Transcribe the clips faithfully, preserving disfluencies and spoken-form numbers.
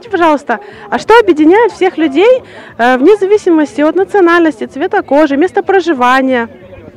Скажите, пожалуйста, а что объединяет всех людей э, вне зависимости от национальности, цвета кожи, места проживания?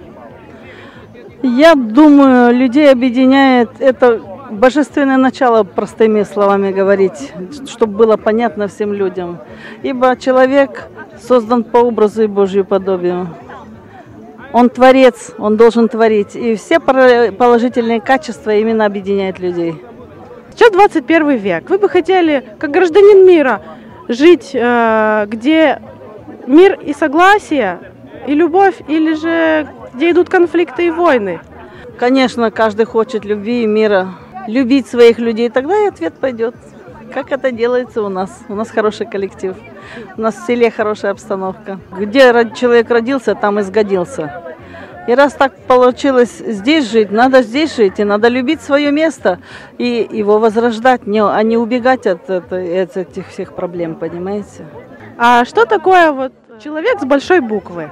Я думаю, людей объединяет это божественное начало, простыми словами говорить, чтобы было понятно всем людям. Ибо человек создан по образу и Божью подобию. Он творец, он должен творить. И все положительные качества именно объединяют людей. Сейчас двадцать первый век. Вы бы хотели, как гражданин мира, жить, э, где мир и согласие, и любовь, или же где идут конфликты и войны? Конечно, каждый хочет любви и мира. Любить своих людей, тогда и ответ пойдет. Как это делается у нас? У нас хороший коллектив. У нас в селе хорошая обстановка. Где человек родился, там и сгодился. И раз так получилось здесь жить, надо здесь жить. И надо любить свое место и его возрождать, а не убегать от, от, от этих всех проблем, понимаете? А что такое вот человек с большой буквы?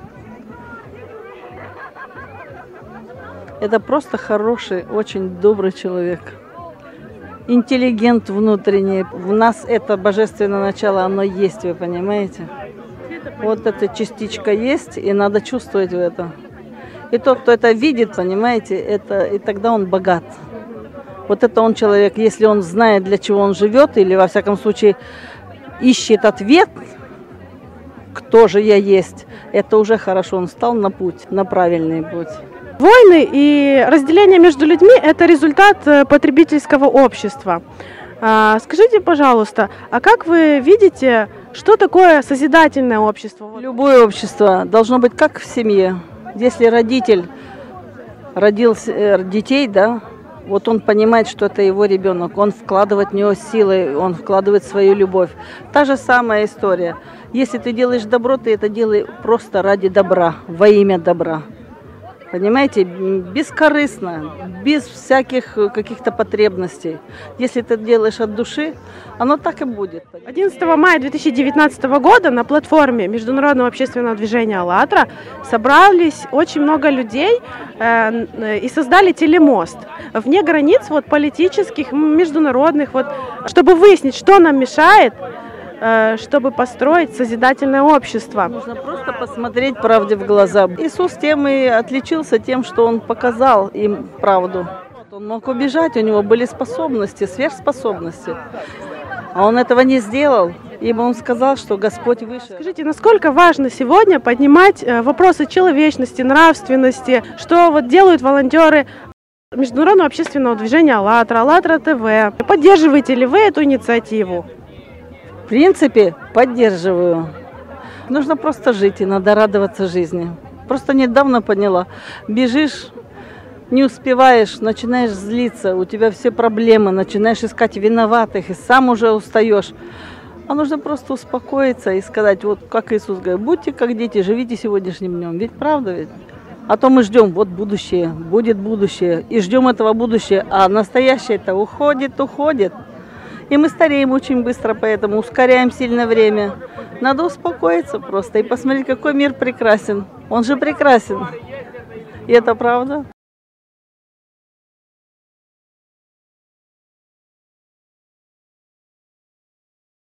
Это просто хороший, очень добрый человек. Интеллигент внутренний. В нас это божественное начало, оно есть, вы понимаете? Вот эта частичка есть, и надо чувствовать в это. И тот, кто это видит, понимаете, это, и тогда он богат. Вот это он человек, если он знает, для чего он живет, или, во всяком случае, ищет ответ, кто же я есть, это уже хорошо, он встал на путь, на правильный путь. Войны и разделение между людьми – это результат потребительского общества. Скажите, пожалуйста, а как вы видите, что такое созидательное общество? Любое общество должно быть как в семье. Если родитель родил детей, да, вот он понимает, что это его ребенок, он вкладывает в него силы, он вкладывает свою любовь. Та же самая история. Если ты делаешь добро, ты это делай просто ради добра, во имя добра. Понимаете, бескорыстно, без всяких каких-то потребностей. Если ты делаешь от души, оно так и будет. одиннадцатого мая две тысячи девятнадцатого года на платформе Международного общественного движения «АЛЛАТРА» собрались очень много людей э, и создали телемост вне границ вот, политических, международных, вот, чтобы выяснить, что нам мешает, чтобы построить созидательное общество. Нужно просто посмотреть правде в глаза. Иисус тем и отличился тем, что Он показал им правду. Он мог убежать, у него были способности, сверхспособности. А Он этого не сделал, ибо Он сказал, что Господь выше. Скажите, насколько важно сегодня поднимать вопросы человечности, нравственности, что вот делают волонтеры Международного общественного движения «АЛЛАТРА», «АЛЛАТРА ТВ». Поддерживаете ли вы эту инициативу? В принципе, поддерживаю. Нужно просто жить, и надо радоваться жизни. Просто недавно поняла. Бежишь, не успеваешь, начинаешь злиться, у тебя все проблемы, начинаешь искать виноватых, и сам уже устаешь. А нужно просто успокоиться и сказать, вот как Иисус говорит, будьте как дети, живите сегодняшним днем. Ведь правда ведь? А то мы ждем, вот будущее, будет будущее, и ждем этого будущего, а настоящее-то уходит, уходит. И мы стареем очень быстро, поэтому ускоряем сильно время. Надо успокоиться просто и посмотреть, какой мир прекрасен. Он же прекрасен. И это правда.